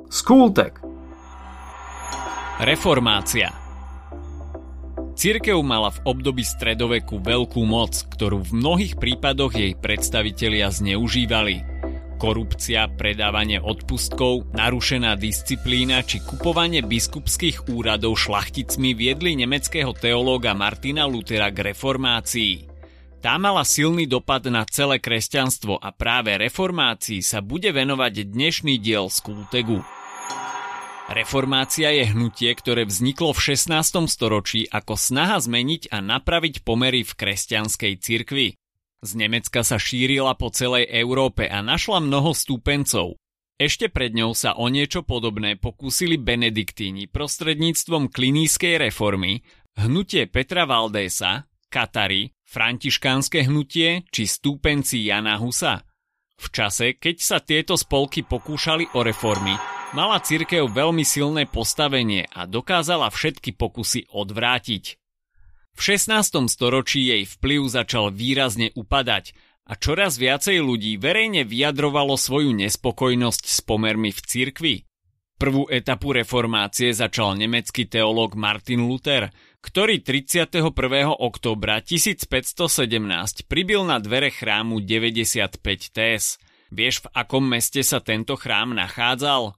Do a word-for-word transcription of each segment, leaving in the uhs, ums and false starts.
Skultek. Reformácia. Cirkev mala v období stredoveku veľkú moc, ktorú v mnohých prípadoch jej predstavitelia zneužívali. Korupcia, predávanie odpustkov, narušená disciplína či kupovanie biskupských úradov šlachticmi viedli nemeckého teológa Martina Luthera k reformácii. Tá mala silný dopad na celé kresťanstvo a práve reformácii sa bude venovať dnešný diel Skultegu. Reformácia je hnutie, ktoré vzniklo v šestnástom storočí ako snaha zmeniť a napraviť pomery v kresťanskej cirkvi. Z Nemecka sa šírila po celej Európe a našla mnoho stúpencov. Ešte pred ňou sa o niečo podobné pokúsili benediktíni prostredníctvom klinískej reformy, hnutie Petra Valdésa, Katary, františkánske hnutie či stúpenci Jana Husa. V čase, keď sa tieto spolky pokúšali o reformy, mala cirkev veľmi silné postavenie a dokázala všetky pokusy odvrátiť. V šestnástom storočí jej vplyv začal výrazne upadať a čoraz viacej ľudí verejne vyjadrovalo svoju nespokojnosť s pomermi v cirkvi. Prvú etapu reformácie začal nemecký teológ Martin Luther, ktorý tridsiateho prvého októbra tisícpäťstosedemnásť pribil na dvere chrámu deväťdesiatpäť téz. Vieš, v akom meste sa tento chrám nachádzal?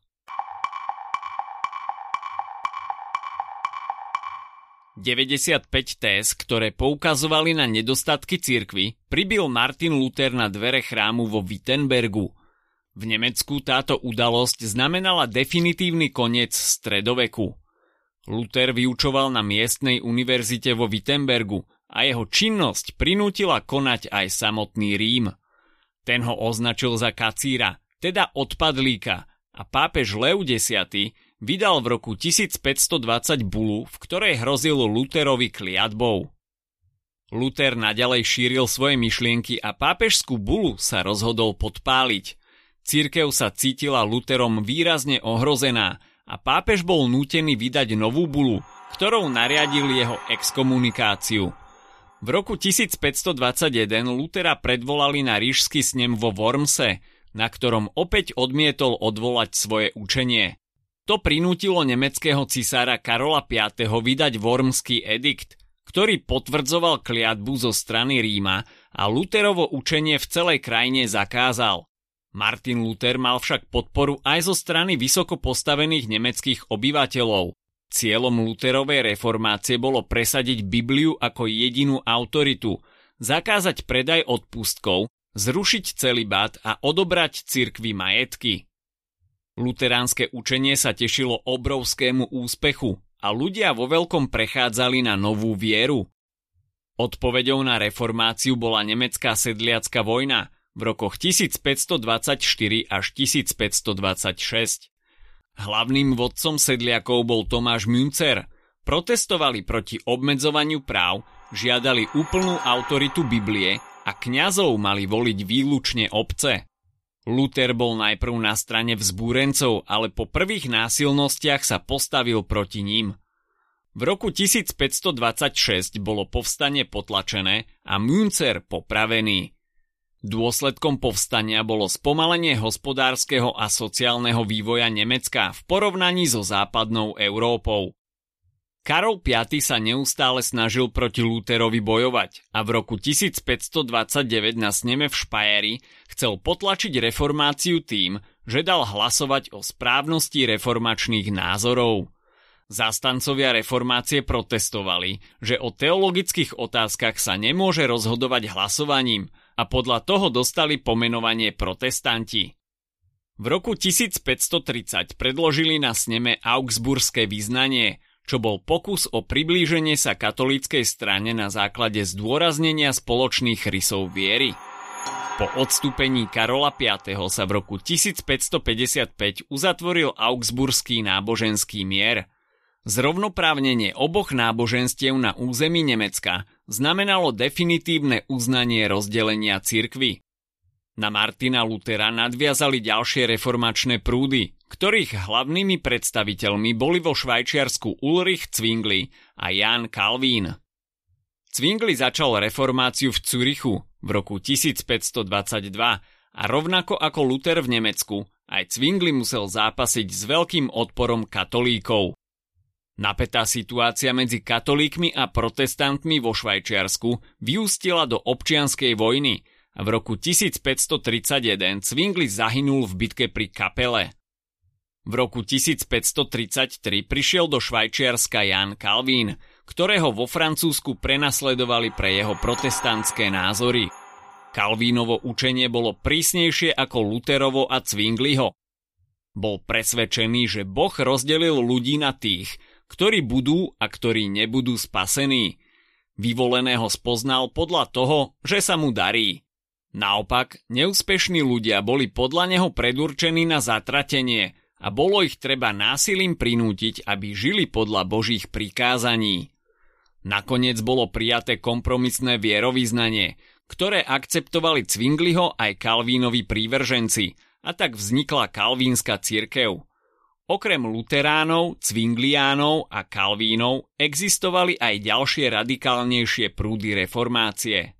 deväťdesiatpäť téz, ktoré poukazovali na nedostatky cirkvi, pribil Martin Luther na dvere chrámu vo Wittenbergu. V Nemecku táto udalosť znamenala definitívny koniec stredoveku. Luther vyučoval na miestnej univerzite vo Wittenbergu a jeho činnosť prinútila konať aj samotný Rím. Ten ho označil za kacíra, teda odpadlíka, a pápež Lev desiaty vydal v roku tisícpäťstodvadsať bulu, v ktorej hrozil Lutherovi kliatbou. Luther naďalej šíril svoje myšlienky a pápežskú bulu sa rozhodol podpáliť. Cirkev sa cítila Lutherom výrazne ohrozená a pápež bol nútený vydať novú bulu, ktorou nariadil jeho exkomunikáciu. V roku tisícpäťstodvadsaťjeden Luthera predvolali na ríšsky snem vo Wormse, na ktorom opäť odmietol odvolať svoje učenie. To prinútilo nemeckého cisára Karola piateho vydať Wormský edikt, ktorý potvrdzoval kliatbu zo strany Ríma a Lutherovo učenie v celej krajine zakázal. Martin Luther mal však podporu aj zo strany vysoko postavených nemeckých obyvateľov. Cieľom Lutherovej reformácie bolo presadiť Bibliu ako jedinú autoritu, zakázať predaj odpustkov, zrušiť celibát a odobrať cirkvi majetky. Luteránske učenie sa tešilo obrovskému úspechu a ľudia vo veľkom prechádzali na novú vieru. Odpoveďou na reformáciu bola nemecká sedliacka vojna v rokoch tisícpäťstodvadsaťštyri až tisícpäťstodvadsaťšesť. Hlavným vodcom sedliakov bol Tomáš Münzer. Protestovali proti obmedzovaniu práv, žiadali úplnú autoritu Biblie a kňazov mali voliť výlučne obce. Luther bol najprv na strane vzbúrencov, ale po prvých násilnostiach sa postavil proti ním. V roku tisícpäťstodvadsaťšesť bolo povstanie potlačené a Münzer popravený. Dôsledkom povstania bolo spomalenie hospodárskeho a sociálneho vývoja Nemecka v porovnaní so západnou Európou. Karol piaty sa neustále snažil proti Lutherovi bojovať a v roku tisícpäťstodvadsaťdeväť na sneme v Špajeri chcel potlačiť reformáciu tým, že dal hlasovať o správnosti reformačných názorov. Zástancovia reformácie protestovali, že o teologických otázkach sa nemôže rozhodovať hlasovaním a podľa toho dostali pomenovanie protestanti. V roku tisícpäťstotridsať predložili na sneme Augsburské vyznanie, čo bol pokus o priblíženie sa katolíckej strane na základe zdôraznenia spoločných rysov viery. Po odstúpení Karola piateho sa v roku tisícpäťstopäťdesiatpäť uzatvoril Augsburský náboženský mier. Zrovnoprávnenie oboch náboženstiev na území Nemecka znamenalo definitívne uznanie rozdelenia cirkvi. Na Martina Luthera nadviazali ďalšie reformačné prúdy, ktorých hlavnými predstaviteľmi boli vo Švajčiarsku Ulrich Zwingli a Jan Calvin. Zwingli začal reformáciu v Zürichu v roku tisícpäťstodvadsaťdva a rovnako ako Luther v Nemecku Aj Zwingli musel zápasiť s veľkým odporom katolíkov. Napätá situácia medzi katolíkmi a protestantmi vo Švajčiarsku vyústila do občianskej vojny a v roku tisícpäťstotridsaťjeden Zwingli zahynul v bitke pri Kapele. V roku tisícpäťstotridsaťtri prišiel do Švajčiarska Jan Kalvín, ktorého vo Francúzsku prenasledovali pre jeho protestantské názory. Kalvínovo učenie bolo prísnejšie ako Luterovo a Zwingliho. Bol presvedčený, že Boh rozdelil ľudí na tých, ktorí budú a ktorí nebudú spasení. Vyvoleného spoznal podľa toho, že sa mu darí. Naopak, neúspešní ľudia boli podľa neho predurčení na zatratenie a bolo ich treba násilím prinútiť, aby žili podľa Božích prikázaní. Nakoniec bolo prijaté kompromisné vierovyznanie, ktoré akceptovali Zwingliho aj Kalvínovi prívrženci, a tak vznikla kalvínska cirkev. Okrem luteránov, Zwingliánov a Kalvínov existovali aj ďalšie radikálnejšie prúdy reformácie.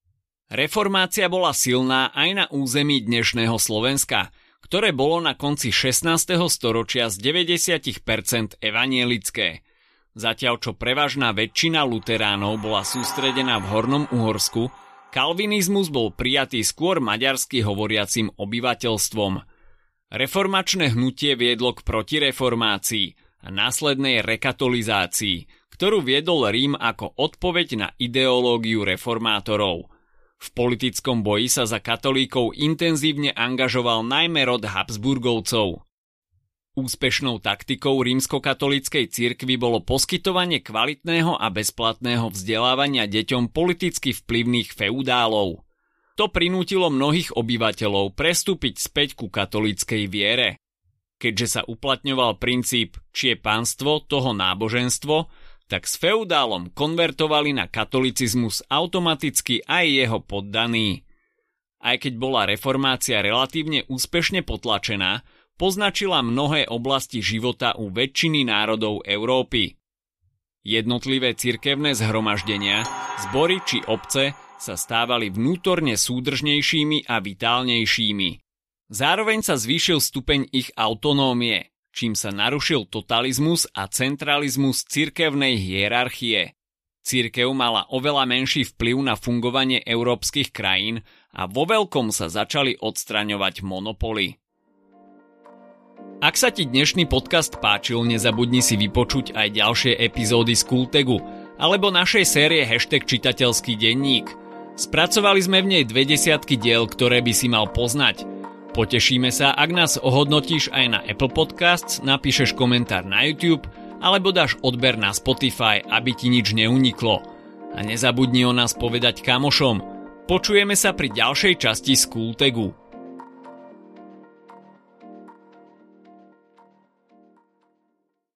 Reformácia bola silná aj na území dnešného Slovenska, ktoré bolo na konci šestnásteho storočia z deväťdesiat percent evanielické. Zatiaľ čo prevažná väčšina luteránov bola sústredená v Hornom Uhorsku, kalvinizmus bol prijatý skôr maďarsky hovoriacim obyvateľstvom. Reformačné hnutie viedlo k protireformácii a následnej rekatolizácii, ktorú viedol Rím ako odpoveď na ideológiu reformátorov. V politickom boji sa za katolíkov intenzívne angažoval najmä rod Habsburgovcov. Úspešnou taktikou rímskokatolíckej cirkvi bolo poskytovanie kvalitného a bezplatného vzdelávania deťom politicky vplyvných feudálov. To prinútilo mnohých obyvateľov prestúpiť späť ku katolíckej viere. Keďže sa uplatňoval princíp, či je pánstvo, toho náboženstvo, tak s feudálom konvertovali na katolicizmus automaticky aj jeho poddaní. Aj keď bola reformácia relatívne úspešne potlačená, poznačila mnohé oblasti života u väčšiny národov Európy. Jednotlivé cirkevné zhromaždenia, zbory či obce sa stávali vnútorne súdržnejšími a vitálnejšími. Zároveň sa zvýšil stupeň ich autonómie, čím sa narušil totalizmus a centralizmus cirkevnej hierarchie. Cirkev mala oveľa menší vplyv na fungovanie európskych krajín a vo veľkom sa začali odstraňovať monopoly. Ak sa ti dnešný podcast páčil, nezabudni si vypočuť aj ďalšie epizódy z Kultegu alebo našej série hashtag čitateľský denník. Spracovali sme v nej dve desiatky diel, ktoré by si mal poznať. Potešíme sa, ak nás ohodnotíš aj na Apple Podcasts, napíšeš komentár na YouTube alebo dáš odber na Spotify, aby ti nič neuniklo. A nezabudni o nás povedať kamošom. Počujeme sa pri ďalšej časti z Kultegu.